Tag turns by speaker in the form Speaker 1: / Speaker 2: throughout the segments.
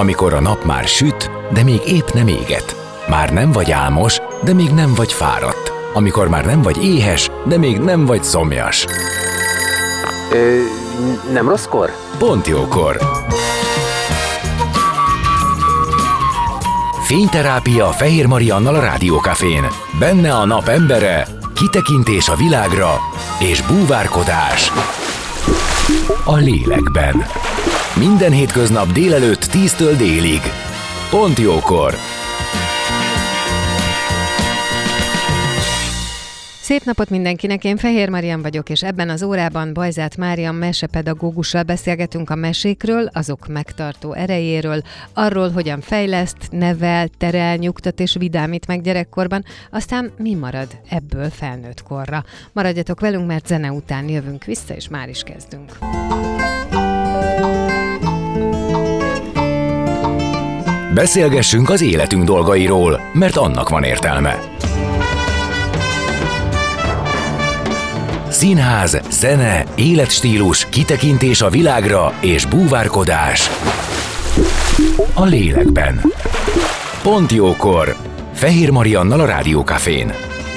Speaker 1: amikor a nap már süt, de még épp nem éget. Már nem vagy álmos, de még nem vagy fáradt. Amikor már nem vagy éhes, de még nem vagy szomjas.
Speaker 2: Nem rosszkor?
Speaker 1: Pont jókor. Fényterápia Fehér Mariannal a Rádiókafén. Benne a nap embere, kitekintés a világra és búvárkodás a lélekben. Minden hétköznap délelőtt 10-től délig. Pont jókor.
Speaker 3: Szép napot mindenkinek, én Fehér Marian vagyok, és ebben az órában Bajzát Mária mesepedagógussal beszélgetünk a mesékről, azok megtartó erejéről, arról, hogyan fejleszt, nevel, terel, nyugtat és vidámít meg gyerekkorban, aztán mi marad ebből felnőtt korra. Maradjatok velünk, mert zene után jövünk vissza, és már is kezdünk.
Speaker 1: Beszélgessünk az életünk dolgairól, mert annak van értelme. Színház, zene, életstílus, kitekintés a világra és búvárkodás a lélekben. Pont jókor. Fehér Mariannal a Rádiókafén.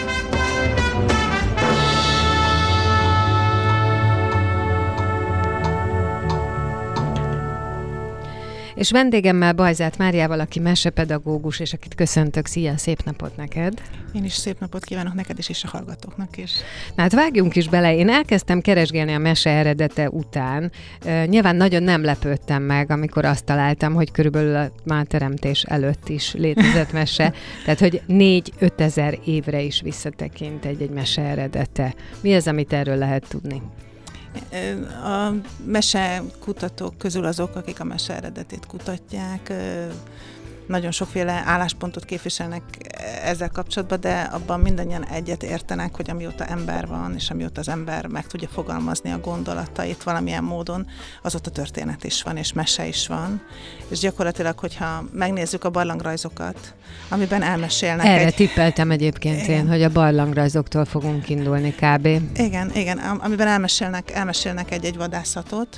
Speaker 3: És vendégemmel Bajzát Máriával, aki mesepedagógus, és akit köszöntök. Szia, szép napot neked!
Speaker 4: Én is szép napot kívánok neked is, és a hallgatóknak is.
Speaker 3: Na hát vágjunk is bele. Én elkezdtem keresgélni a mese eredete után. Nyilván nagyon nem lepődtem meg, amikor azt találtam, hogy körülbelül a már teremtés előtt is létezett mese. Tehát, hogy 4-5 ezer évre is visszatekint egy mese eredete. Mi az, amit erről lehet tudni?
Speaker 4: A mesekutatók közül azok, akik a mese eredetét kutatják, nagyon sokféle álláspontot képviselnek ezzel kapcsolatban, de abban mindannyian egyet értenek, hogy amióta ember van, és amióta az ember meg tudja fogalmazni a gondolatait valamilyen módon, azóta történet is van, és mese is van. És gyakorlatilag, hogyha megnézzük a barlangrajzokat, amiben elmesélnek
Speaker 3: Erre tippeltem egyébként én, hogy a barlangrajzoktól fogunk indulni kb.
Speaker 4: Igen, amiben elmesélnek egy vadászatot,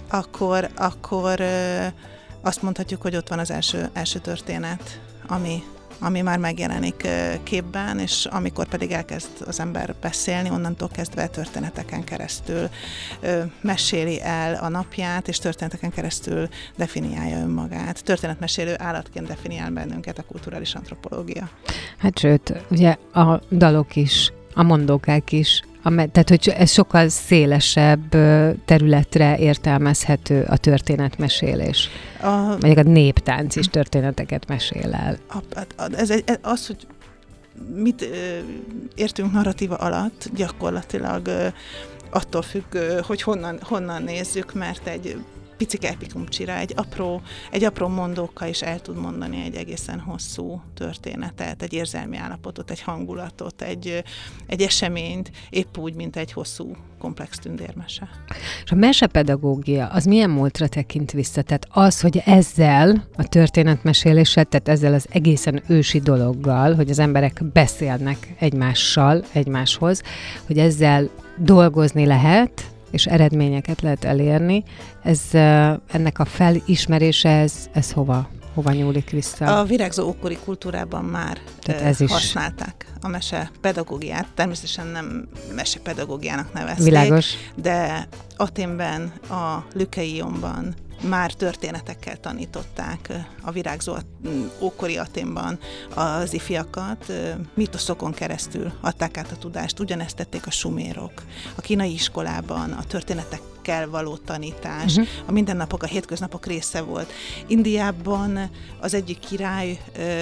Speaker 4: akkor azt mondhatjuk, hogy ott van az első történet, ami már megjelenik képben, és amikor pedig elkezd az ember beszélni, onnantól kezdve történeteken keresztül meséli el a napját, és történeteken keresztül definiálja önmagát. Történetmesélő állatként definiál bennünket a kulturális antropológia.
Speaker 3: Hát sőt, ugye a dalok is, a mondókák is, tehát, hogy ez sokkal szélesebb területre értelmezhető a történetmesélés. Mondjuk a néptánc is történeteket mesél el.
Speaker 4: Az, hogy mit értünk narratíva alatt, gyakorlatilag attól függ, hogy honnan nézzük, mert egy picike epikumcsira, egy apró mondókkal is el tud mondani egy egészen hosszú történetet, egy érzelmi állapotot, egy hangulatot, egy eseményt, épp úgy, mint egy hosszú, komplex tündérmese.
Speaker 3: És a mesepedagógia, az milyen múltra tekint vissza? Tehát az, hogy ezzel a történetmeséléssel, tehát ezzel az egészen ősi dologgal, hogy az emberek beszélnek egymáshoz, hogy ezzel dolgozni lehet, és eredményeket lehet elérni. Ennek a felismerése, ez hova nyúlik vissza?
Speaker 4: A virágzó ókori kultúrában már használták a mesepedagógiát. Természetesen nem mesepedagógiának nevezték. Világos. De Athénben, a Lükeionban már történetekkel tanították a virágzó ókori Athénban az ifjakat, mítoszokon keresztül adták át a tudást. Ugyanezt tették a sumérok. A kínai iskolában a történetekkel való tanítás, a mindennapok, a hétköznapok része volt. Indiában az egyik király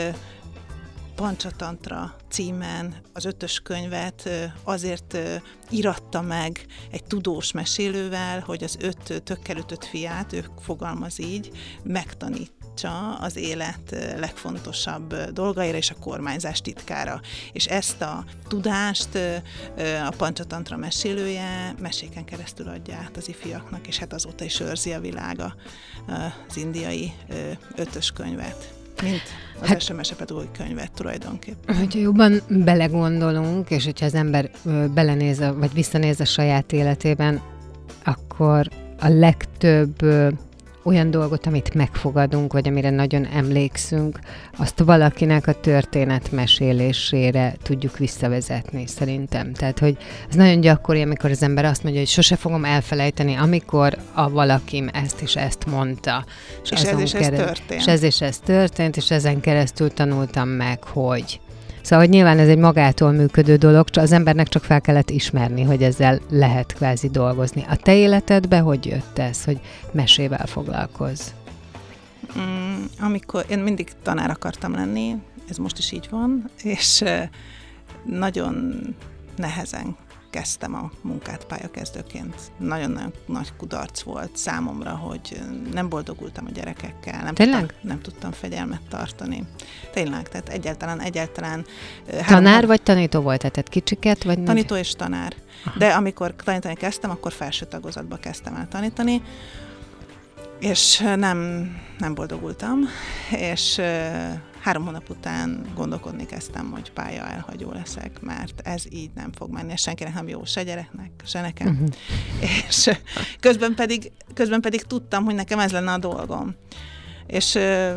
Speaker 4: Pancsatantra címen az 5. könyvet azért íratta meg egy tudós mesélővel, hogy az 5 tökkel ütött fiát, ő fogalmaz így, megtanítsa az élet legfontosabb dolgaira és a kormányzás titkára. És ezt a tudást a Pancsatantra mesélője meséken keresztül adja át az ifjaknak, és hát azóta is őrzi a világa az indiai 5. könyvet. Mint az első mesepedagógiai könyvet tulajdonképpen.
Speaker 3: Hogyha jobban belegondolunk, és hogyha az ember belenéz, vagy visszanéz a saját életében, akkor a legtöbb olyan dolgot, amit megfogadunk, vagy amire nagyon emlékszünk, azt valakinek a történet mesélésére tudjuk visszavezetni, szerintem. Tehát, hogy ez nagyon gyakori, amikor az ember azt mondja, hogy sose fogom elfelejteni, amikor a valakim ezt és ezt mondta.
Speaker 4: És ez és ez történt,
Speaker 3: és ezen keresztül tanultam meg, hogy... Szóval, hogy nyilván ez egy magától működő dolog, az embernek csak fel kellett ismerni, hogy ezzel lehet kvázi dolgozni. A te életedben hogy jött ez, hogy mesével foglalkozz?
Speaker 4: Amikor én mindig tanár akartam lenni, ez most is így van, és nagyon nehezen kezdtem a munkát pályakezdőként. Nagyon-nagyon nagy kudarc volt számomra, hogy nem boldogultam a gyerekekkel. Nem tudtam fegyelmet tartani. Tényleg, tehát egyáltalán...
Speaker 3: Tanár vagy tanító volt? Tehát kicsiket? Vagy
Speaker 4: tanító és tanár. Aha. De amikor tanítani kezdtem, akkor felső tagozatba kezdtem el tanítani, és nem boldogultam, és 3 hónap után gondolkodni kezdtem, hogy pálya elhagyó leszek, mert ez így nem fog menni, és senkinek nem jó, se gyereknek, se nekem. Uh-huh. És közben pedig tudtam, hogy nekem ez lenne a dolgom. És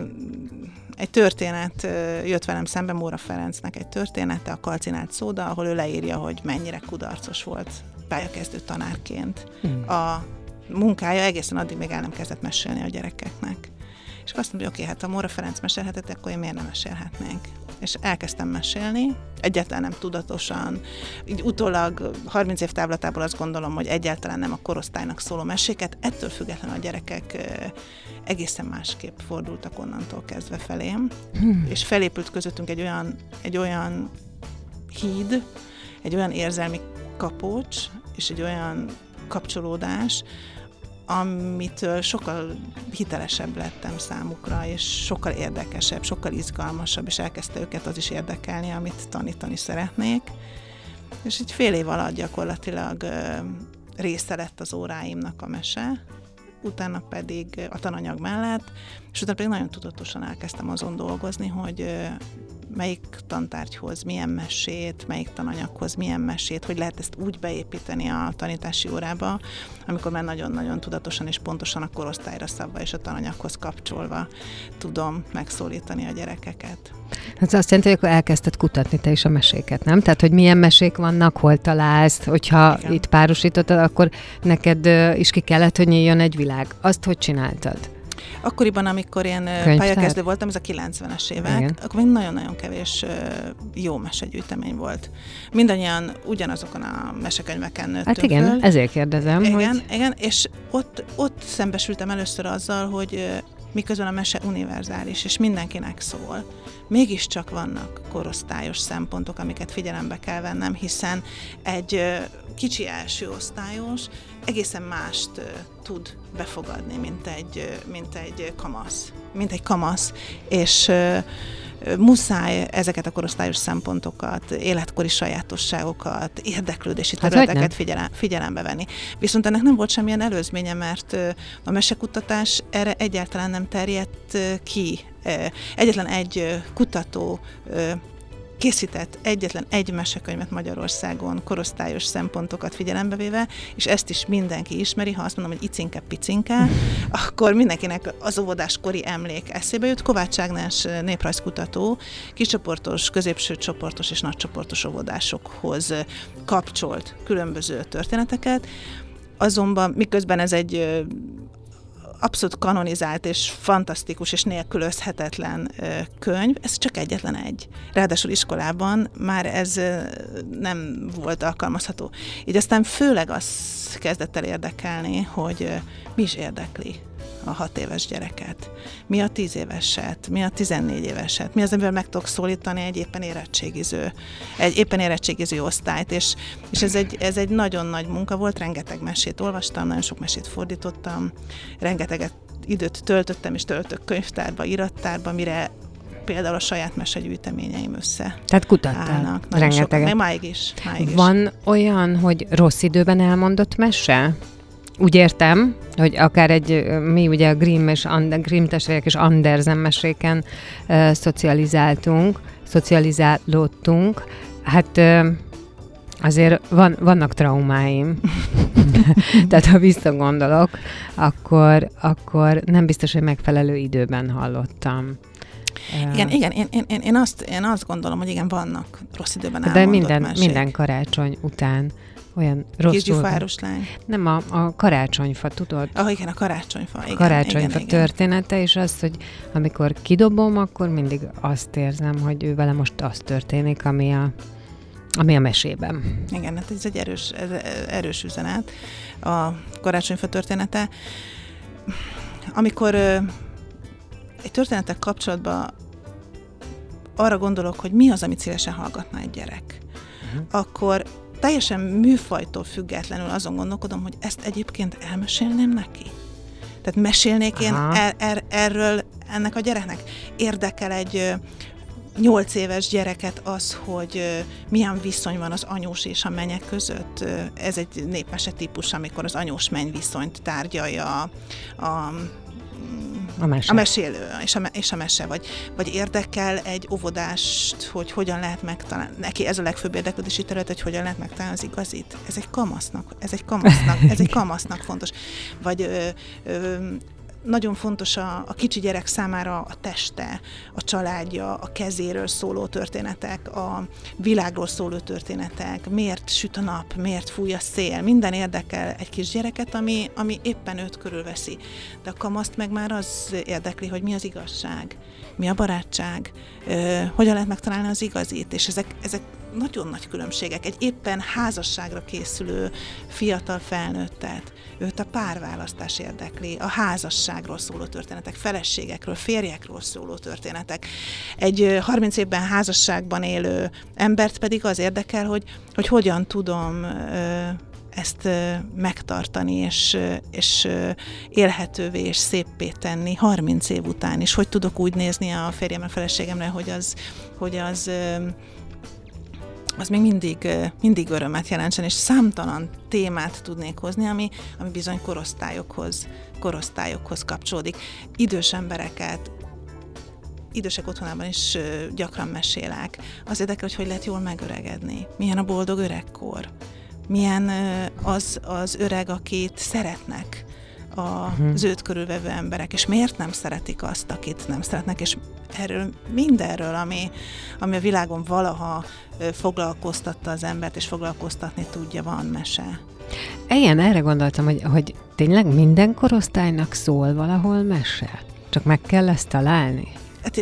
Speaker 4: egy történet jött velem szembe, Móra Ferencnek egy története, a kalcinált szóda, ahol ő leírja, hogy mennyire kudarcos volt pályakezdő tanárként. A munkája egészen addig még el nem kezdett mesélni a gyerekeknek. És azt mondom, hogy oké, hát ha Móra Ferenc mesélhetett, akkor én miért nem mesélhetnénk? És elkezdtem mesélni, egyáltalán nem tudatosan, így utólag 30 év távlatából azt gondolom, hogy egyáltalán nem a korosztálynak szóló meséket, ettől függetlenül a gyerekek egészen másképp fordultak onnantól kezdve felém, és felépült közöttünk egy olyan híd, egy olyan érzelmi kapocs, és egy olyan kapcsolódás, amitől sokkal hitelesebb lettem számukra, és sokkal érdekesebb, sokkal izgalmasabb, és elkezdte őket az is érdekelni, amit tanítani szeretnék. És így fél év alatt gyakorlatilag része lett az óráimnak a mese, utána pedig a tananyag mellett, és utána pedig nagyon tudatosan elkezdtem azon dolgozni, hogy melyik tantárgyhoz milyen mesét, melyik tananyaghoz milyen mesét, hogy lehet ezt úgy beépíteni a tanítási órába, amikor már nagyon-nagyon tudatosan és pontosan a korosztályra szabva és a tananyaghoz kapcsolva tudom megszólítani a gyerekeket.
Speaker 3: Ez azt jelenti, hogy akkor elkezdted kutatni te is a meséket, nem? Tehát, hogy milyen mesék vannak, hol találsz, hogyha igen. Itt párosítottad, akkor neked is ki kellett, hogy nyíljon egy világ. Azt hogy csináltad?
Speaker 4: Akkoriban, amikor én pályakezdő voltam, ez a 90-es évek, igen. Akkor még nagyon-nagyon kevés jó mesegyűjtemény volt. Mindannyian ugyanazokon a mesekönyveken nőttünk
Speaker 3: hát igen,
Speaker 4: föl.
Speaker 3: Ezért kérdezem.
Speaker 4: Igen, és ott szembesültem először azzal, hogy miközben a mese univerzális, és mindenkinek szól. Mégiscsak vannak korosztályos szempontok, amiket figyelembe kell vennem, hiszen egy kicsi első osztályos egészen mást tud befogadni, mint egy kamasz. És muszáj ezeket a korosztályos szempontokat, életkori sajátosságokat, érdeklődési területeket figyelembe venni. Viszont ennek nem volt semmilyen előzménye, mert a mesekutatás erre egyáltalán nem terjedt ki. Egyetlen egy kutató készített egyetlen egy mesekönyvet Magyarországon korosztályos szempontokat figyelembe véve, és ezt is mindenki ismeri. Ha azt mondom, hogy icinke-picinke, akkor mindenkinek az óvodáskori emlék eszébe jut. Kovács Ágnes néprajzkutató kiscsoportos, középső csoportos és nagycsoportos óvodásokhoz kapcsolt különböző történeteket. Azonban miközben ez egy abszolút kanonizált és fantasztikus és nélkülözhetetlen könyv, ez csak egyetlen egy. Ráadásul iskolában már ez nem volt alkalmazható. Így aztán főleg az kezdett el érdekelni, hogy mi is érdekli a 6 éves gyereket, mi a 10 éveset, mi a 14 éveset, mi az, amivel meg tudok szólítani egy éppen érettségiző osztályt, és ez egy nagyon nagy munka volt, rengeteg mesét olvastam, nagyon sok mesét fordítottam, rengeteget időt töltöttem és töltök könyvtárba, irattárba, mire például a saját mesegyűjteményeim össze.
Speaker 3: Tehát kutattál rengeteget.
Speaker 4: Máig is.
Speaker 3: Van olyan, hogy rossz időben elmondott mese? Úgy értem, hogy akár mi ugye a Grimm testvérek és Andersen meséken szocializálódtunk. Hát azért vannak traumáim. Tehát ha visszagondolok, akkor nem biztos, hogy megfelelő időben hallottam.
Speaker 4: Igen, én azt gondolom, hogy igen, vannak rossz időben elmondott mesék.
Speaker 3: De minden karácsony után olyan rosszul...
Speaker 4: Kisgyufáros lány.
Speaker 3: Nem, a karácsonyfa, tudod?
Speaker 4: Igen, a karácsonyfa. Igen,
Speaker 3: karácsonyfa története, és az, hogy amikor kidobom, akkor mindig azt érzem, hogy ő vele most az történik, ami a mesében.
Speaker 4: Igen, hát ez egy erős üzenet. A karácsonyfa története. Amikor egy történetek kapcsolatban arra gondolok, hogy mi az, amit szívesen hallgatna egy gyerek, akkor teljesen műfajtól függetlenül azon gondolkodom, hogy ezt egyébként elmesélném neki. Tehát mesélnék én erről ennek a gyereknek. Érdekel egy 8 éves gyereket az, hogy milyen viszony van az anyós és a menyek között. Ez egy népmese típus, amikor az anyós-menny viszonyt tárgyalja a mesélő és a mese, vagy érdekel egy óvodást, hogy hogyan lehet megtalálni. Neki ez a legfőbb érdeklődési terület, hogy hogyan lehet megtalálni az igazit. Ez egy kamasznak fontos. Vagy nagyon fontos a kicsi gyerek számára a teste, a családja, a kezéről szóló történetek, a világról szóló történetek, miért süt a nap, miért fúj a szél, minden érdekel egy kis gyereket, ami éppen őt körülveszi. De a kamaszt meg már az érdekli, hogy mi az igazság, mi a barátság, hogyan lehet megtalálni az igazit, és ezek nagyon nagy különbségek. Egy éppen házasságra készülő fiatal felnőttet, őt a párválasztás érdekli, a házasságról szóló történetek, feleségekről, férjekről szóló történetek. Egy 30 évben házasságban élő embert pedig az érdekel, hogy hogyan tudom ezt megtartani, és élhetővé és széppé tenni 30 év után is. Hogy tudok úgy nézni a férjemre, a feleségemre, hogy az még mindig örömet jelentsen, és számtalan témát tudnék hozni, ami bizony korosztályokhoz kapcsolódik. Idősek otthonában is gyakran mesélek. Az érdekel, hogy lehet jól megöregedni. Milyen a boldog öregkor. Milyen az öreg, akit szeretnek az őt körülvevő emberek, és miért nem szeretik azt, akit nem szeretnek, és mindenről, ami a világon valaha foglalkoztatta az embert, és foglalkoztatni tudja, van mese.
Speaker 3: Igen, erre gondoltam, hogy tényleg minden korosztálynak szól valahol mese? Csak meg kell ezt találni?
Speaker 4: Hát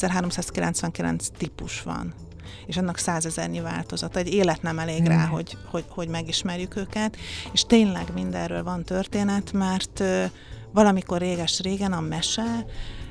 Speaker 4: 2399 típus van, és annak 100 000 változata. Egy élet nem elég rá, hogy megismerjük őket, és tényleg mindenről van történet, mert valamikor réges-régen a mese,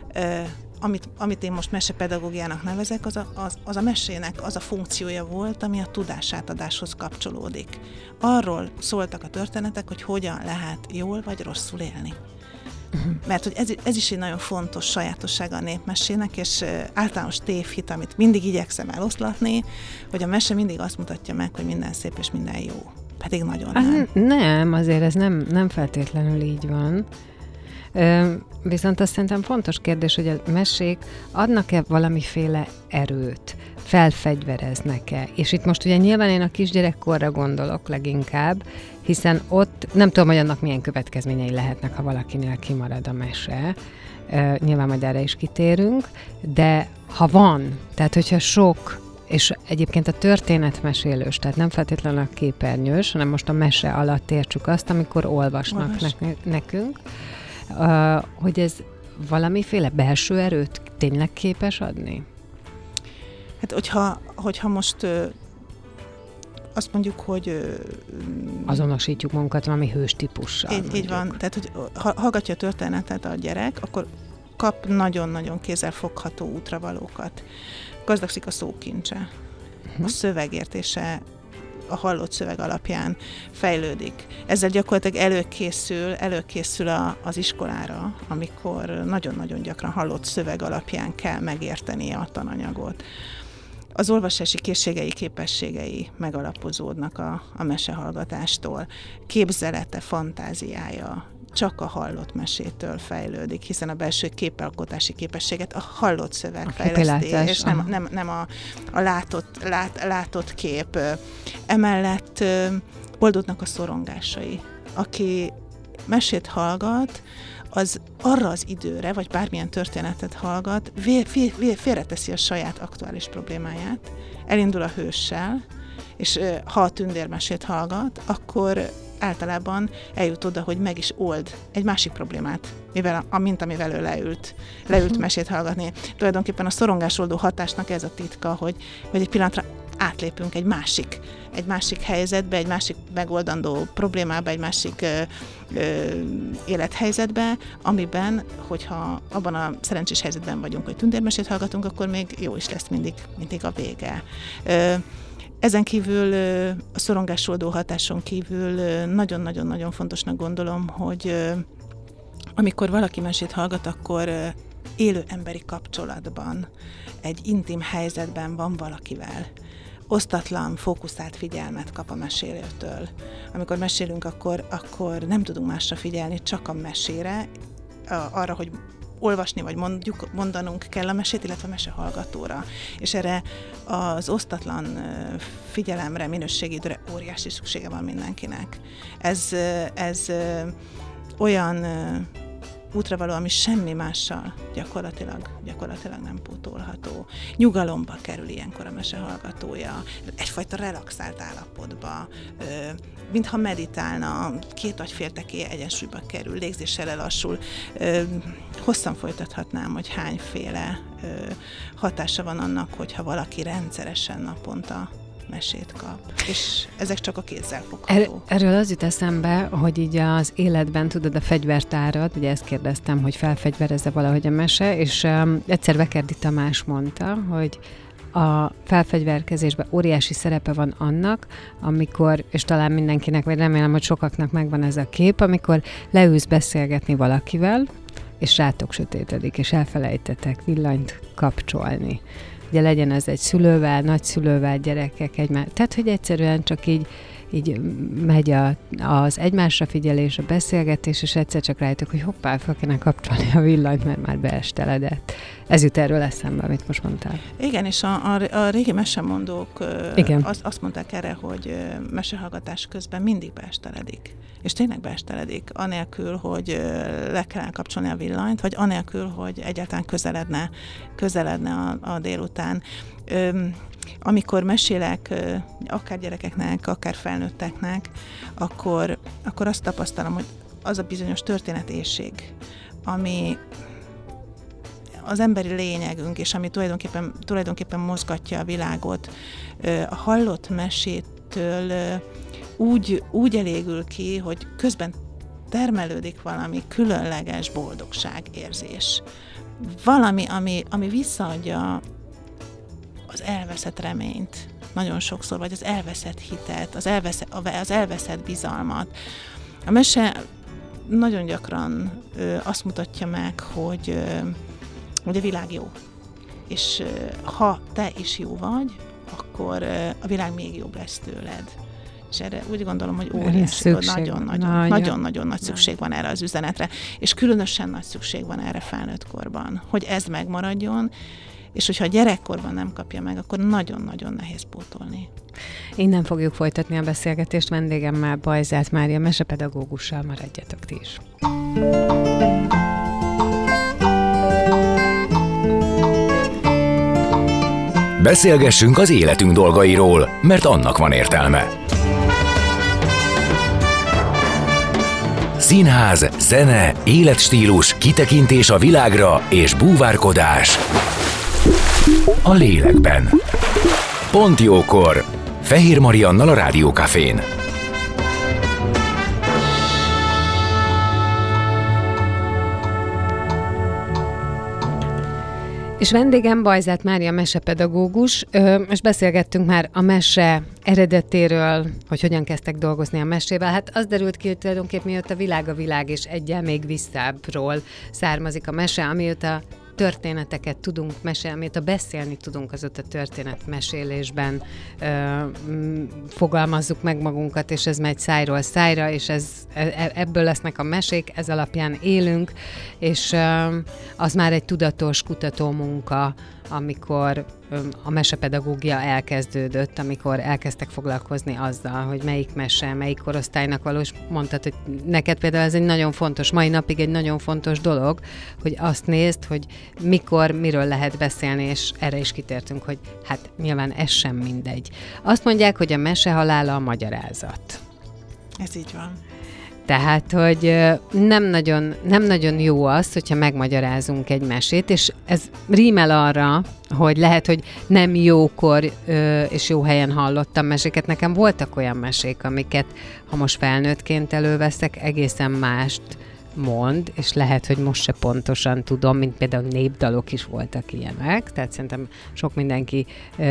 Speaker 4: amit én most mesepedagógiának nevezek, az a mesének az a funkciója volt, ami a tudásátadáshoz kapcsolódik. Arról szóltak a történetek, hogy hogyan lehet jól vagy rosszul élni. Mert hogy ez is egy nagyon fontos sajátossága a népmesének, és általános tévhit, amit mindig igyekszem eloszlatni, hogy a mese mindig azt mutatja meg, hogy minden szép és minden jó. Pedig nagyon nem.
Speaker 3: Nem, azért ez nem feltétlenül így van. Viszont azt szerintem fontos kérdés, hogy a mesék adnak-e valamiféle erőt, felfegyvereznek-e? És itt most ugye nyilván én a kisgyerekkorra gondolok leginkább, hiszen ott nem tudom, hogy annak milyen következményei lehetnek, ha valakinél kimarad a mese. Nyilván majd erre is kitérünk, de ha van, tehát hogyha sok, és egyébként a történetmesélős, tehát nem feltétlenül a képernyős, hanem most a mese alatt értsük azt, amikor olvasnak nekünk, hogy ez valamiféle belső erőt tényleg képes adni?
Speaker 4: Hát, hogyha most azt mondjuk, hogy
Speaker 3: azonosítjuk magunkat valami hős típussal.
Speaker 4: Így van. Tehát, hogy hallgatja a történetet a gyerek, akkor kap nagyon-nagyon kézzelfogható útravalókat. Gazdagszik a szókincse. A szövegértése a hallott szöveg alapján fejlődik. Ezzel gyakorlatilag előkészül az iskolára, amikor nagyon-nagyon gyakran hallott szöveg alapján kell megértenie a tananyagot. Az olvasási készségei, képességei megalapozódnak a mesehallgatástól. Képzelete, fantáziája csak a hallott mesétől fejlődik, hiszen a belső képalkotási képességet a hallott szöveg fejleszti, és nem a látott kép. Emellett oldódnak a szorongásai. aki mesét hallgat, az arra az időre, vagy bármilyen történetet hallgat, félreteszi a saját aktuális problémáját, elindul a hőssel, és ha a tündérmesét hallgat, akkor általában eljut oda, hogy meg is old egy másik problémát, mint amivel ő leült mesét hallgatni. Tulajdonképpen a szorongásoldó hatásnak ez a titka, hogy egy pillanatra átlépünk egy másik helyzetbe, egy másik megoldandó problémába, egy másik élethelyzetbe, amiben, hogyha abban a szerencsés helyzetben vagyunk, hogy tündérmesét hallgatunk, akkor még jó is lesz mindig a vége. Ezen kívül, a szorongásoldó hatáson kívül nagyon-nagyon-nagyon fontosnak gondolom, hogy amikor valaki mesét hallgat, akkor élő emberi kapcsolatban, egy intim helyzetben van valakivel. Osztatlan, fókuszált figyelmet kap a mesélőtől. Amikor mesélünk, akkor nem tudunk másra figyelni, csak a mesére, arra, hogy olvasni vagy mondanunk kell a mesét, illetve a mesehallgatóra. És erre az osztatlan figyelemre, minőségidőre óriási szüksége van mindenkinek. Ez olyan útravaló, ami semmi mással gyakorlatilag nem pótolható. Nyugalomba kerül ilyenkor a mesehallgatója, egyfajta relaxált állapotba, mintha meditálna, két agyféltekéje egyensúlyba kerül, légzéssel lelassul. Hosszan folytathatnám, hogy hányféle hatása van annak, hogyha valaki rendszeresen naponta mesét kap. És ezek csak a kézzel fogható.
Speaker 3: Erről az jut eszembe, hogy így az életben, tudod, a fegyvertárat, ugye ezt kérdeztem, hogy felfegyverezze valahogy a mese, és egyszer Vekerdi Tamás mondta, hogy a felfegyverkezésben óriási szerepe van annak, amikor, és talán mindenkinek, vagy remélem, hogy sokaknak megvan ez a kép, amikor leülsz beszélgetni valakivel, és rátok sötétedik, és elfelejtetek villanyt kapcsolni. Ugye legyen ez egy szülővel, nagyszülővel, gyerekek egymás. Tehát, hogy egyszerűen csak így megy az egymásra figyelés, a beszélgetés, és egyszer csak rájöttök, hogy hoppá, fel kéne kapcsolni a villanyt, mert már beesteledett. Ez jut erről eszembe, amit most mondtál.
Speaker 4: Igen, és a régi mesemondók azt mondták erre, hogy mesehallgatás közben mindig beesteledik. És tényleg beesteledik, anélkül, hogy le kell kapcsolni a villanyt, vagy anélkül, hogy egyáltalán közeledne a délután. Amikor mesélek akár gyerekeknek, akár felnőtteknek, akkor azt tapasztalom, hogy az a bizonyos történetéhség, ami az emberi lényegünk, és ami tulajdonképpen mozgatja a világot, a hallott mesétől úgy elégül ki, hogy közben termelődik valami különleges boldogságérzés. Valami, ami visszaadja az elveszett reményt nagyon sokszor, vagy az elveszett hitet, az elveszett bizalmat. A mese nagyon gyakran azt mutatja meg, hogy a világ jó. És ha te is jó vagy, akkor a világ még jobb lesz tőled. És erre úgy gondolom, hogy óriási, nagyon-nagyon nagy szükség van erre az üzenetre, és különösen nagy szükség van erre felnőtt korban, hogy ez megmaradjon, és hogyha a gyerekkorban nem kapja meg, akkor nagyon-nagyon nehéz pótolni.
Speaker 3: Innen fogjuk folytatni a beszélgetést vendégemmel, Bajzát Mária mesepedagógussal, maradjatok ti is.
Speaker 1: Beszélgessünk az életünk dolgairól, mert annak van értelme. Színház, zene, életstílus, kitekintés a világra és búvárkodás a lélekben. Pont jókor! Fehér Mariannal a Rádió Cafén.
Speaker 3: És vendégem Bajzát Mária mesepedagógus, és beszélgettünk már a mese eredetéről, hogy hogyan kezdtek dolgozni a mesével. Hát az derült ki, hogy tulajdonképpen mióta a világ és egyel még visszábbról származik a mese, amióta történeteket tudunk mesélni, amióta beszélni tudunk, azóta történetmesélésben fogalmazzuk meg magunkat, és ez megy szájról szájra, és ebből lesznek a mesék, ez alapján élünk, és az már egy tudatos kutatómunka, amikor a mesepedagógia elkezdődött, amikor elkezdtek foglalkozni azzal, hogy melyik mese, melyik korosztálynak valós. Mondtad, hogy neked például ez egy nagyon fontos, mai napig egy nagyon fontos dolog, hogy azt nézd, hogy mikor, miről lehet beszélni, és erre is kitértünk, hogy hát nyilván ez sem mindegy. Azt mondják, hogy a mese halála a magyarázat.
Speaker 4: Ez így van.
Speaker 3: Tehát, hogy nem nagyon jó az, hogyha megmagyarázunk egy mesét, és ez rímel arra, hogy lehet, hogy nem jókor és jó helyen hallottam meséket. Nekem voltak olyan mesék, amiket, ha most felnőttként előveszek, egészen mást mond, és lehet, hogy most se pontosan tudom, mint például népdalok is voltak ilyenek, tehát szerintem sok mindenki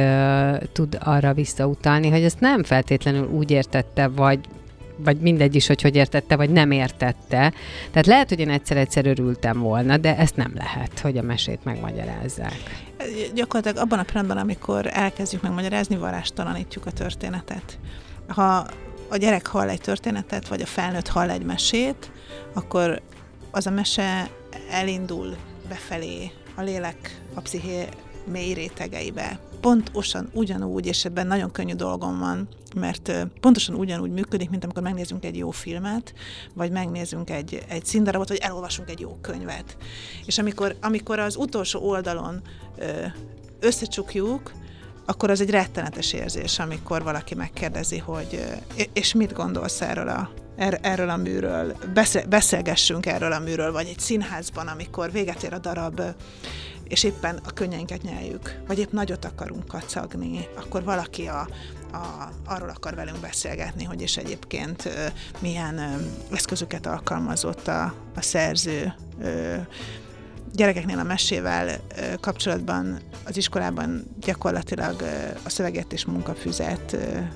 Speaker 3: tud arra visszautalni, hogy ezt nem feltétlenül úgy értette, vagy mindegy is, hogy értette, vagy nem értette. Tehát lehet, hogy én egyszer örültem volna, de ezt nem lehet, hogy a mesét megmagyarázzák.
Speaker 4: Gyakorlatilag abban a pillanatban, amikor elkezdjük megmagyarázni, varástalanítjuk a történetet. Ha a gyerek hall egy történetet, vagy a felnőtt hall egy mesét, akkor az a mese elindul befelé a lélek, a psziché mély rétegeibe. Pontosan ugyanúgy, és ebben nagyon könnyű dolgom van, mert pontosan ugyanúgy működik, mint amikor megnézünk egy jó filmet, vagy megnézünk egy színdarabot, vagy elolvasunk egy jó könyvet. És amikor az utolsó oldalon összecsukjuk, akkor az egy rettenetes érzés, amikor valaki megkérdezi, hogy és mit gondolsz erről a műről, beszélgessünk erről a műről, vagy egy színházban, amikor véget ér a darab, és éppen a könnyeinket nyeljük, vagy épp nagyot akarunk kacagni, akkor valaki arról akar velünk beszélgetni, hogy és egyébként milyen eszközöket alkalmazott a szerző. Gyerekeknél a mesével kapcsolatban az iskolában gyakorlatilag a szövegértés munkafüzet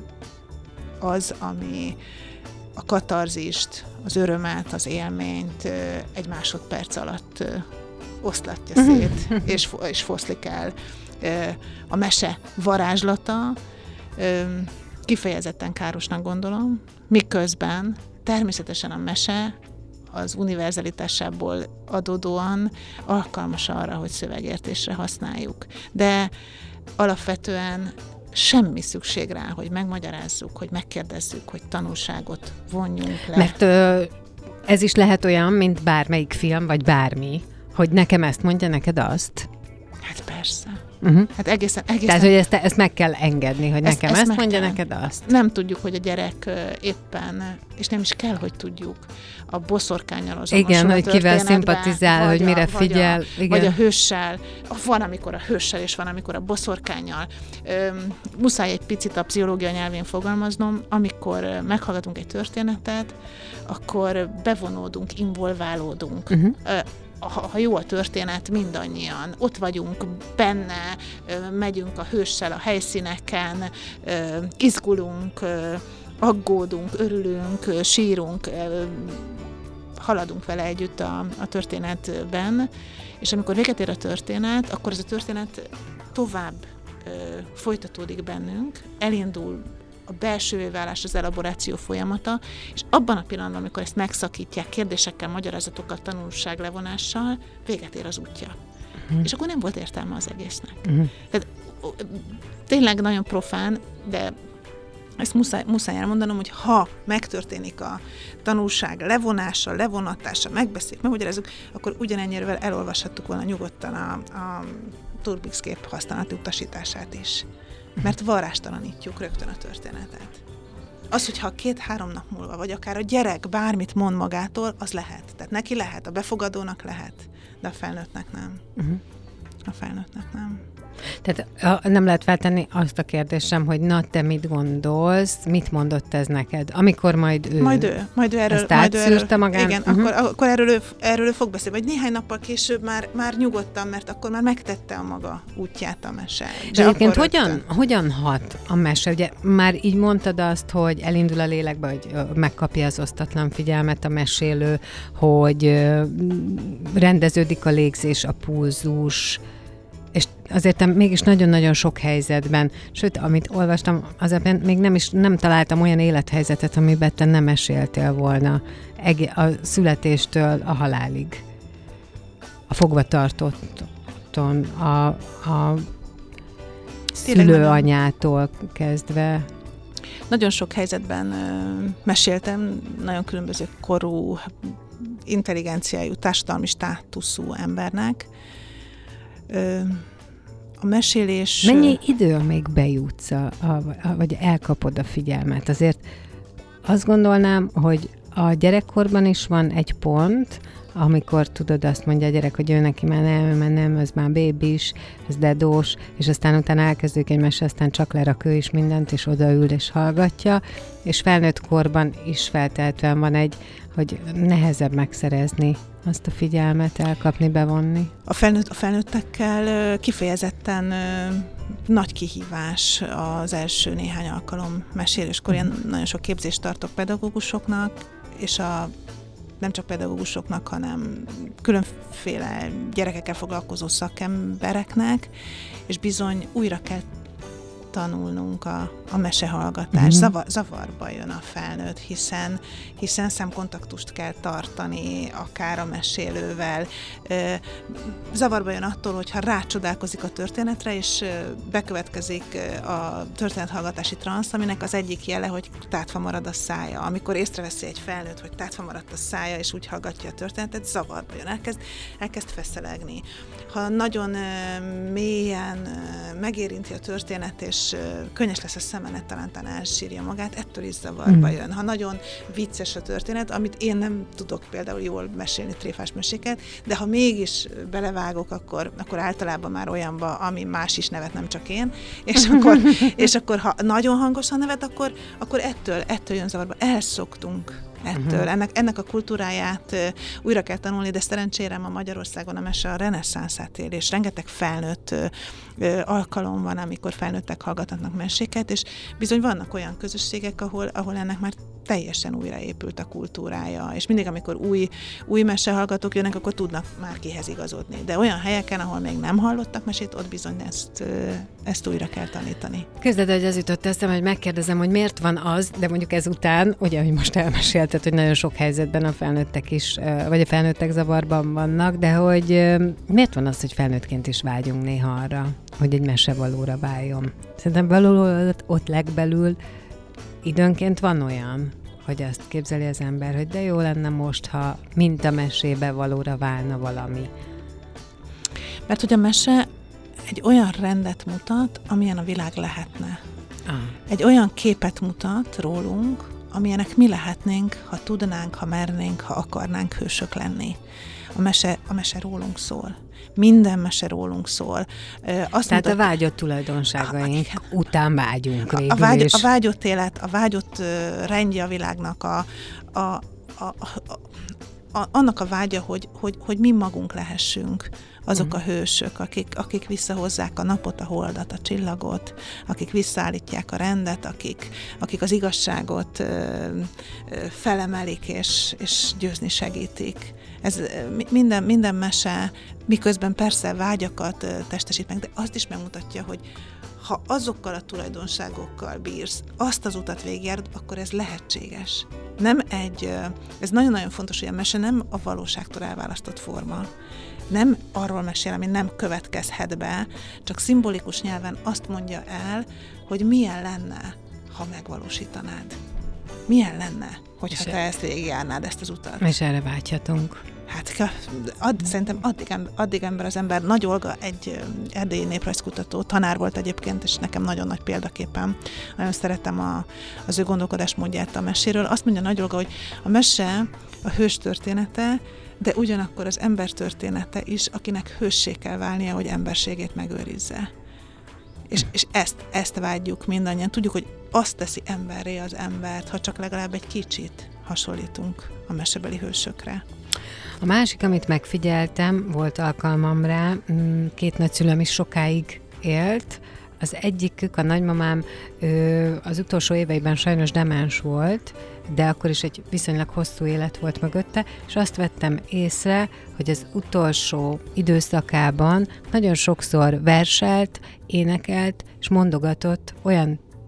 Speaker 4: az, ami a katarzist, az örömet, az élményt egy másodperc alatt oszlatja szét, és foszlik el. A mese varázslata kifejezetten károsnak gondolom, miközben természetesen a mese az univerzalitásából adódóan alkalmas arra, hogy szövegértésre használjuk. De alapvetően semmi szükség rá, hogy megmagyarázzuk, hogy megkérdezzük, hogy tanulságot vonjunk le.
Speaker 3: Mert ez is lehet olyan, mint bármelyik film, vagy bármi, hogy nekem ezt mondja, neked azt.
Speaker 4: Hát persze.
Speaker 3: Hát egészen. Tehát, hogy ezt meg kell engedni, hogy nekem ezt mondja, kell. Neked azt.
Speaker 4: Nem tudjuk, hogy a gyerek éppen, és nem is kell, hogy tudjuk, a boszorkánnyal azonosul.
Speaker 3: Igen, hogy kivel szimpatizál, hogy mire figyel.
Speaker 4: Vagy a hőssel. Van, amikor a hőssel, és van, amikor a boszorkánnyal. Muszáj egy picit a pszichológia nyelvén fogalmaznom, amikor meghallgatunk egy történetet, akkor bevonódunk, involválódunk. Ha jó a történet, mindannyian ott vagyunk benne, megyünk a hőssel a helyszíneken, izgulunk, aggódunk, örülünk, sírunk, haladunk vele együtt a történetben, és amikor véget ér a történet, akkor ez a történet tovább folytatódik bennünk, elindul a belsővé válás, az elaboráció folyamata, és abban a pillanatban, amikor ezt megszakítják kérdésekkel, magyarázatokkal, tanulság levonással, véget ér az útja. És akkor nem volt értelme az egésznek. Tehát tényleg nagyon profán, de ezt muszáj elmondanom, hogy ha megtörténik a tanulság levonása, levonatása, megbeszéljük, megmagyarázzuk, akkor ugyanennyire elolvashattuk volna nyugodtan a Turbix gép használati utasítását is. Mert varrástalanítjuk rögtön a történetet. Az, hogyha 2-3 nap múlva, vagy akár a gyerek bármit mond magától, az lehet. Tehát neki lehet, a befogadónak lehet, de a felnőttnek nem. A felnőttnek nem.
Speaker 3: Tehát nem lehet feltenni azt a kérdésem, hogy na, te mit gondolsz, mit mondott ez neked? Amikor majd ő
Speaker 4: erről,
Speaker 3: ezt átszűrte magán?
Speaker 4: Igen, akkor erről ő fog beszélni, vagy néhány nappal később már nyugodtan, mert akkor már megtette a maga útját a mese.
Speaker 3: De egyébként hogyan hat a mese? Ugye már így mondtad azt, hogy elindul a lélekbe, hogy megkapja az osztatlan figyelmet a mesélő, hogy rendeződik a légzés, a pulzus, és azért mégis nagyon-nagyon sok helyzetben, sőt, amit olvastam, azért még nem találtam olyan élethelyzetet, amiben te nem meséltél volna a születéstől a halálig. A fogvatartotton, szülőanyától kezdve.
Speaker 4: Nagyon sok helyzetben meséltem, nagyon különböző korú, intelligenciájú, társadalmi státuszú embernek. A mesélés...
Speaker 3: Mennyi idő, amíg bejutsz, vagy elkapod a figyelmet? Azért azt gondolnám, hogy a gyerekkorban is van egy pont, amikor tudod, azt mondja a gyerek, hogy ő neki már nem, ez már bébis, ez dedós, és aztán utána elkezdődik egy mese, aztán csak lerak ő is mindent, és odaül és hallgatja, és felnőtt korban is feltehetően van egy, hogy nehezebb megszerezni azt a figyelmet, elkapni, bevonni.
Speaker 4: A felnőttekkel kifejezetten nagy kihívás az első néhány alkalom meséléskor. Én nagyon sok képzést tartok pedagógusoknak, és nem csak pedagógusoknak, hanem különféle gyerekekkel foglalkozó szakembereknek, és bizony újra kell tanulnunk a mesehallgatás. Zavarba jön a felnőtt, hiszen szemkontaktust kell tartani, akár a mesélővel. Zavarba jön attól, hogyha rácsodálkozik a történetre, és bekövetkezik a történethallgatási transz, aminek az egyik jele, hogy tátva marad a szája. Amikor észreveszi egy felnőtt, hogy tátva maradt a szája, és úgy hallgatja a történetet, zavarba jön, elkezd feszelegni. Ha nagyon mélyen megérinti a történet, és könnyes lesz a szemenet, talán elsírja magát, ettől is zavarba jön. Ha nagyon vicces a történet, amit én nem tudok például jól mesélni, tréfás meséket, de ha mégis belevágok, akkor általában már olyanba, ami más is nevet, nem csak én, és akkor ha nagyon hangosan nevet, akkor ettől jön zavarba. Elszoktunk ettől. Ennek a kultúráját újra kell tanulni, de szerencsére ma Magyarországon a mese a reneszánszát él, és rengeteg felnőtt alkalom van, amikor felnőttek hallgatnak meséket, és bizony vannak olyan közösségek, ahol ennek már teljesen újraépült a kultúrája, és mindig, amikor új mesehallgatók jönnek, akkor tudnak már kihez igazodni. De olyan helyeken, ahol még nem hallottak mesét, ott bizony ezt újra kell tanítani.
Speaker 3: Közled, hogy az jutott eszem, hogy megkérdezem, hogy miért van az, de mondjuk ezután, ugye, hogy most elmesélted, hogy nagyon sok helyzetben a felnőttek is, vagy a felnőttek zavarban vannak, de hogy miért van az, hogy felnőttként is vágyunk néha arra, hogy egy mesevalóra váljon? Szerintem valahol ott legbelül időnként van olyan, hogy azt képzeli az ember, hogy de jó lenne most, ha mint a mesébe valóra válna valami.
Speaker 4: Mert hogy a mese egy olyan rendet mutat, amilyen a világ lehetne. Egy olyan képet mutat rólunk, amilyenek mi lehetnénk, ha tudnánk, ha mernénk, ha akarnánk hősök lenni. A mese rólunk szól. Minden mese rólunk szól.
Speaker 3: Tehát a vágyott tulajdonságaink után vágyunk végül is.
Speaker 4: A vágyott élet, a vágyott rendje a világnak, annak a vágya, hogy mi magunk lehessünk, azok a hősök, akik visszahozzák a napot, a holdat, a csillagot, akik visszaállítják a rendet, akik az igazságot felemelik és győzni segítik. Ez minden mese, miközben persze vágyakat testesít meg, de azt is megmutatja, hogy ha azokkal a tulajdonságokkal bírsz, azt az utat végigjárod, akkor ez lehetséges. Ez nagyon-nagyon fontos, hogy a mese nem a valóságtól elválasztott forma. Nem arról mesél, ami nem következhet be, csak szimbolikus nyelven azt mondja el, hogy milyen lenne, ha megvalósítanád. Milyen lenne, hogyha te ezt végigjárnád, ezt az utat.
Speaker 3: És erre vágyhatunk.
Speaker 4: Hát szerintem addig ember az ember. Nagy Olga egy erdélyi néprajzkutató, tanár volt egyébként, és nekem nagyon nagy példaképpen. Nagyon szeretem az ő gondolkodásmódját a meséről. Azt mondja Nagy Olga, hogy a mese a hős története, de ugyanakkor az ember története is, akinek hőssé kell válnia, hogy emberségét megőrizze. És ezt vágyjuk mindannyian. Tudjuk, hogy azt teszi emberré az embert, ha csak legalább egy kicsit hasonlítunk a mesebeli hősökre.
Speaker 3: A másik, amit megfigyeltem, volt alkalmam rá, két nagyszülőm is sokáig élt. Az egyikük, a nagymamám, az utolsó éveiben sajnos demens volt, de akkor is egy viszonylag hosszú élet volt mögötte, és azt vettem észre, hogy az utolsó időszakában nagyon sokszor verselt, énekelt, és mondogatott olyan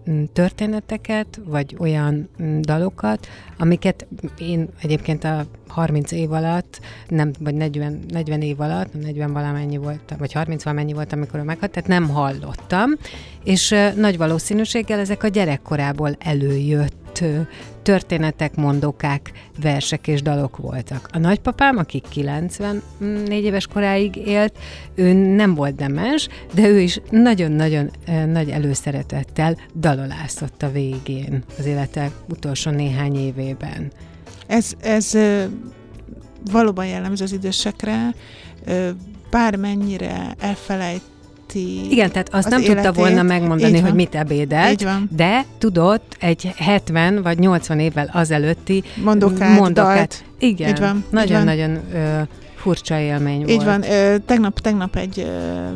Speaker 3: történeteket, vagy olyan dalokat, amiket én egyébként a 30 év alatt, nem, vagy 40 év alatt, 40 valamennyi voltam, vagy 30 valamennyi voltam, amikor ő meghalt, tehát nem hallottam, és nagy valószínűséggel ezek a gyerekkorából előjött történetek, mondókák, versek és dalok voltak. A nagypapám, aki 94 éves koráig élt, ő nem volt demens, de ő is nagyon-nagyon nagy előszeretettel dalolászott a végén, az élete utolsó néhány évében.
Speaker 4: Ez valóban jellemző az idősekre, bármennyire
Speaker 3: igen, tehát azt nem tudta volna megmondani, hogy mit ebédelt, de tudott egy 70 vagy 80 évvel azelőtti mondokát. Igen, nagyon-nagyon furcsa élmény volt.
Speaker 4: Így van. Tegnap egy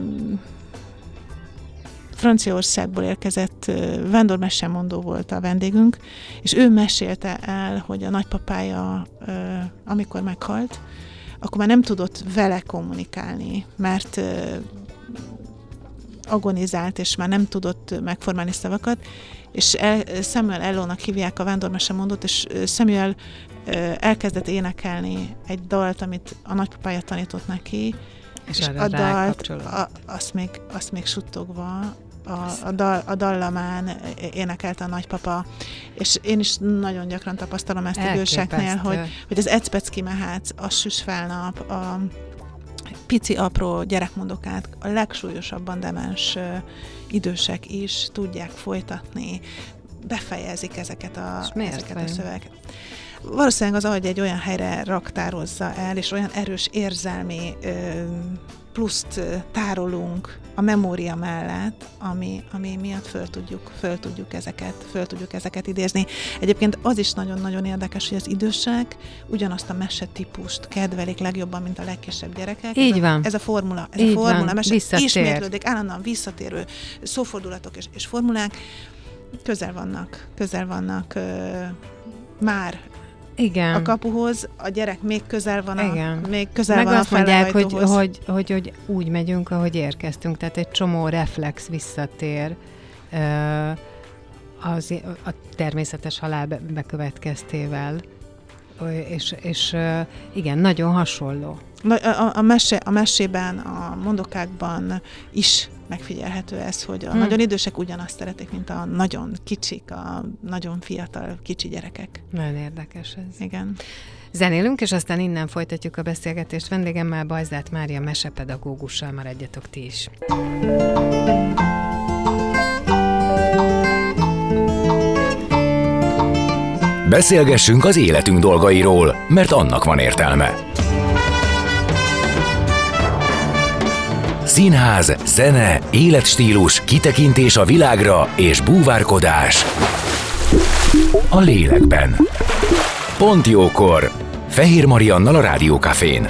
Speaker 4: Franciaországból érkezett vándormesemondó volt a vendégünk, és ő mesélte el, hogy a nagypapája, amikor meghalt, akkor már nem tudott vele kommunikálni, mert agonizált, és már nem tudott megformálni szavakat, és Samuel Ellónak hívják a vándormesemondót, és Samuel elkezdett énekelni egy dalt, amit a nagypapája tanított neki, és a dalt, azt még suttogva a dallamán énekelte a nagypapa, és én is nagyon gyakran tapasztalom ezt időseknél, hogy az Ecpecki Mehác, a Süsfelnap, a pici apró gyerekmondokát a legsúlyosabban demens idősek is tudják folytatni, befejezik ezeket a szövegeket. Valószínűleg az agy egy olyan helyre raktározza el, és olyan erős érzelmi pluszt tárolunk a memória mellett, ami miatt föl tudjuk ezeket idézni. Egyébként az is nagyon-nagyon érdekes, hogy az idősek ugyanazt a mesetípust kedvelik legjobban, mint a legkisebb gyerekek.
Speaker 3: Így van.
Speaker 4: Ez a formula, ismétlődik, állandóan visszatérő szófordulatok és formulák. Közel vannak már igen. A kapuhoz, a gyerek még közel van a felhajtóhoz.
Speaker 3: Hogy úgy megyünk, ahogy érkeztünk, tehát egy csomó reflex visszatér a természetes halál bekövetkeztével, és igen, nagyon hasonló.
Speaker 4: A mesében, a mondokákban is megfigyelhető ez, hogy a nagyon idősek ugyanazt szeretik, mint a nagyon kicsik, a nagyon fiatal kicsi gyerekek.
Speaker 3: Nagyon érdekes ez.
Speaker 4: Igen.
Speaker 3: Zenélünk, és aztán innen folytatjuk a beszélgetést. Vendégemmel, Bajzát Mária mesepedagógussal, maradjatok ti is.
Speaker 1: Beszélgessünk az életünk dolgairól, mert annak van értelme. Színház, zene, életstílus, kitekintés a világra és búvárkodás a lélekben. Pont jókor! Fehér Mariannal a Rádió Cafén.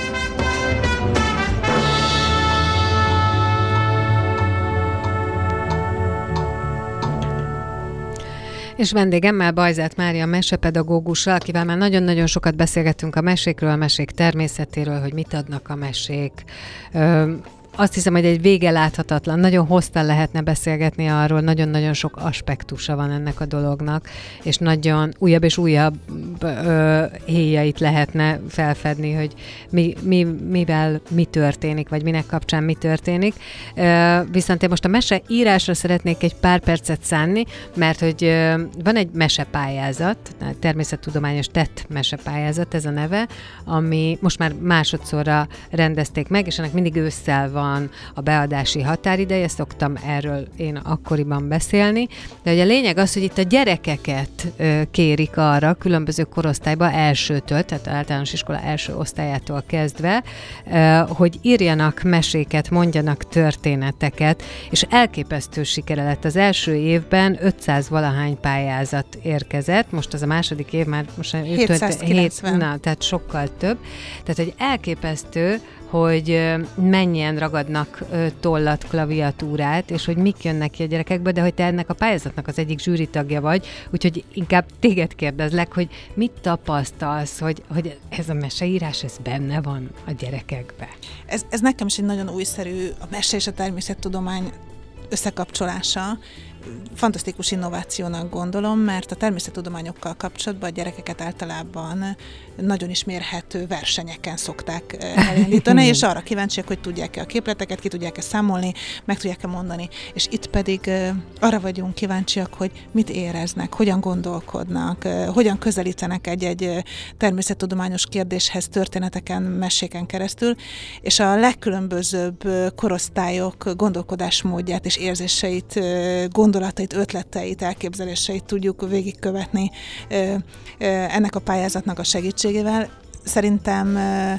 Speaker 3: És vendégemmel Bajzát Mária mesepedagógussal, akivel már nagyon-nagyon sokat beszélgettünk a mesékről, a mesék természetéről, hogy mit adnak a mesék. Azt hiszem, hogy egy vége láthatatlan, nagyon hosszan lehetne beszélgetni arról, nagyon-nagyon sok aspektusa van ennek a dolognak, és nagyon újabb és újabb héjait lehetne felfedni, hogy mivel mi történik, vagy minek kapcsán mi történik. Viszont én most a mese írásra szeretnék egy pár percet szánni, mert hogy van egy mesepályázat, természettudományos tett mesepályázat, ez a neve, ami most már másodszorra rendezték meg, és ennek mindig ősszel van a beadási határideje, szoktam erről én akkoriban beszélni, de ugye a lényeg az, hogy itt a gyerekeket kérik arra, különböző korosztályban elsőtől, tehát általános iskola első osztályától kezdve, hogy írjanak meséket, mondjanak történeteket, és elképesztő sikere lett. Az első évben 500 valahány pályázat érkezett, most az a második év már most
Speaker 4: 790.
Speaker 3: Tehát sokkal több. Tehát, hogy elképesztő, hogy mennyien ragadnak tollat, klaviatúrát, és hogy mik jönnek ki a gyerekekből, de hogy te ennek a pályázatnak az egyik zsűritagja vagy, úgyhogy inkább téged kérdezlek, hogy mit tapasztalsz, hogy ez a meseírás, ez benne van a gyerekekbe?
Speaker 4: Ez nekem is egy nagyon újszerű, a mese és a természettudomány összekapcsolása. fantasztikus innovációnak gondolom, mert a természettudományokkal kapcsolatban a gyerekeket általában nagyon is mérhető versenyeken szokták elindítani, és arra kíváncsiak, hogy tudják-e a képleteket, ki tudják-e számolni, meg tudják-e mondani. És itt pedig arra vagyunk kíváncsiak, hogy mit éreznek, hogyan gondolkodnak, hogyan közelítenek egy természettudományos kérdéshez történeteken, meséken keresztül, és a legkülönbözőbb korosztályok gondolkodásmódját és érzéseit, gondolatait, ötleteit, elképzeléseit tudjuk végigkövetni ennek a pályázatnak a segítségével. Szerintem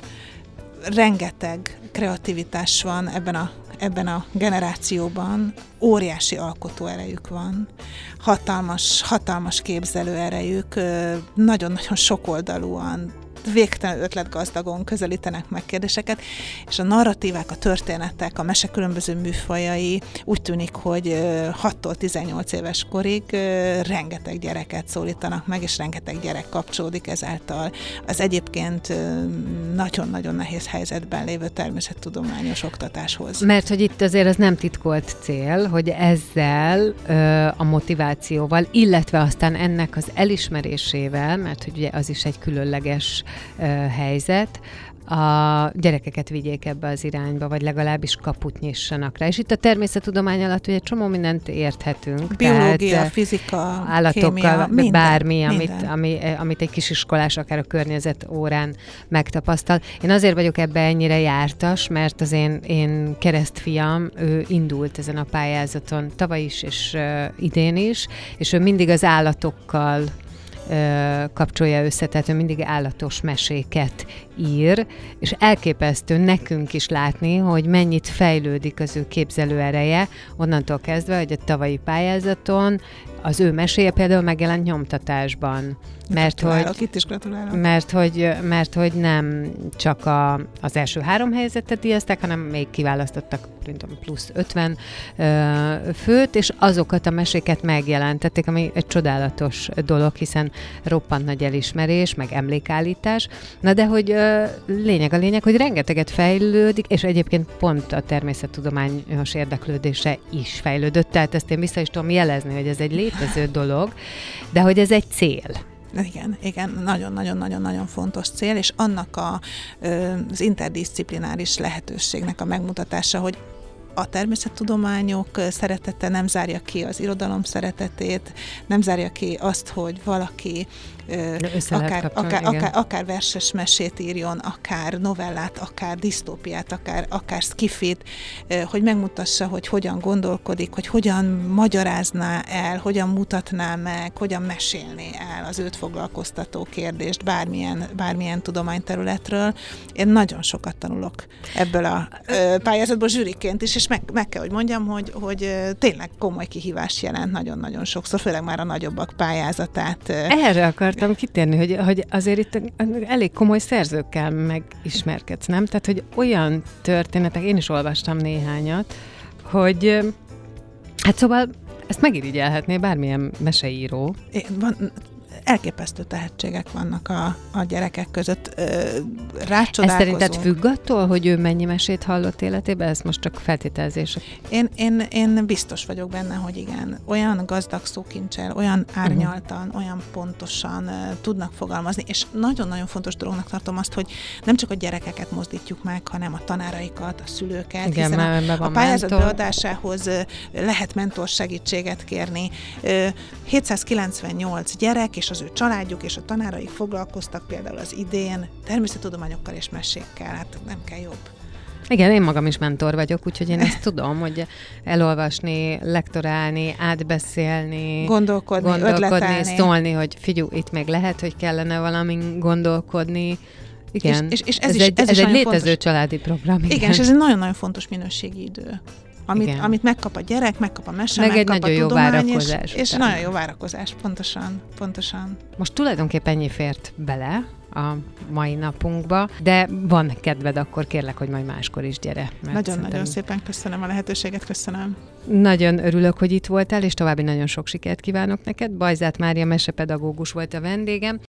Speaker 4: rengeteg kreativitás van ebben a generációban, óriási alkotóerejük van, hatalmas képzelőerejük, nagyon-nagyon sokoldalúan, végtelen ötletgazdagon közelítenek meg kérdéseket, és a narratívák, a történetek, a mese különböző műfajai úgy tűnik, hogy 6-tól 18 éves korig rengeteg gyereket szólítanak meg, és rengeteg gyerek kapcsolódik ezáltal az egyébként nagyon-nagyon nehéz helyzetben lévő természettudományos oktatáshoz.
Speaker 3: Mert hogy itt azért az nem titkolt cél, hogy ezzel a motivációval, illetve aztán ennek az elismerésével, mert hogy ugye az is egy különleges helyzet, a gyerekeket vigyék ebbe az irányba, vagy legalábbis kaput nyissanak rá. És itt a természettudomány alatt ugye csomó mindent érthetünk.
Speaker 4: Biológia,
Speaker 3: tehát,
Speaker 4: fizika,
Speaker 3: állatokkal,
Speaker 4: kémia,
Speaker 3: bármi,
Speaker 4: minden.
Speaker 3: amit egy kisiskolás akár a környezet órán megtapasztal. Én azért vagyok ebbe ennyire jártas, mert az én keresztfiam, ő indult ezen a pályázaton tavaly is, és idén is, és ő mindig az állatokkal kapcsolja össze, tehát ő mindig állatos meséket ír, és elképesztő nekünk is látni, hogy mennyit fejlődik az ő képzelőereje, onnantól kezdve, hogy a tavalyi pályázaton az ő meséje például megjelent nyomtatásban. Mert hogy nem csak az első 3 helyzetet díjazták, hanem még kiválasztottak plusz 50 főt, és azokat a meséket megjelentették, ami egy csodálatos dolog, hiszen roppant nagy elismerés, meg emlékállítás. Na de hogy lényeg, hogy rengeteget fejlődik, és egyébként pont a természettudományos érdeklődése is fejlődött, tehát ezt én vissza is tudom jelezni, hogy ez egy létező dolog, de hogy ez egy cél.
Speaker 4: Igen, nagyon-nagyon-nagyon fontos cél, és annak az interdisziplináris lehetőségnek a megmutatása, hogy a természettudományok szeretete nem zárja ki az irodalom szeretetét, nem zárja ki azt, hogy valaki akár verses mesét írjon, akár novellát, akár disztópiát, akár skifit, hogy megmutassa, hogy hogyan gondolkodik, hogy hogyan magyarázná el, hogyan mutatná meg, hogyan mesélné el az őt foglalkoztató kérdést bármilyen tudományterületről. Én nagyon sokat tanulok ebből a pályázatból zsűriként is, és meg kell, hogy mondjam, hogy tényleg komoly kihívás jelent nagyon-nagyon sokszor, főleg már a nagyobbak pályázatát.
Speaker 3: Erre akartam kitérni, hogy azért itt elég komoly szerzőkkel megismerkedsz, nem? Tehát, hogy olyan történetek, én is olvastam néhányat, hogy hát szóval ezt megirigyelhetné bármilyen meseíró.
Speaker 4: Elképesztő tehetségek vannak a gyerekek között. Rácsodálkozunk.
Speaker 3: Ez szerinted függ attól, hogy ő mennyi mesét hallott életében? Ez most csak feltételezés.
Speaker 4: Én biztos vagyok benne, hogy igen. Olyan gazdag szókincsel, olyan árnyaltan, olyan pontosan tudnak fogalmazni, és nagyon-nagyon fontos dolognak tartom azt, hogy nem csak a gyerekeket mozdítjuk meg, hanem a tanáraikat, a szülőket,
Speaker 3: igen,
Speaker 4: hiszen a pályázat beadásához lehet mentor segítséget kérni. 798 gyerek és az ő családjuk és a tanáraik foglalkoztak például az idén természettudományokkal és mesékkel, hát nem kell jobb.
Speaker 3: Igen, én magam is mentor vagyok, úgyhogy én ezt tudom, hogy elolvasni, lektorálni, átbeszélni, gondolkodni, szólni, hogy figyelj, itt még lehet, hogy kellene valamin gondolkodni. Igen, és ez egy létező fontos családi program.
Speaker 4: Igen, és ez egy nagyon-nagyon fontos minőségi idő. Amit megkap a gyerek, megkap a mese, megkap a tudomány, és nagyon jó várakozás, pontosan.
Speaker 3: Most tulajdonképpen ennyi fért bele a mai napunkba, de van kedved, akkor kérlek, hogy majd máskor is gyere.
Speaker 4: Nagyon-nagyon szépen köszönöm a lehetőséget, köszönöm.
Speaker 3: Nagyon örülök, hogy itt voltál, és további nagyon sok sikert kívánok neked. Bajzát Mária mesepedagógus volt a vendégem.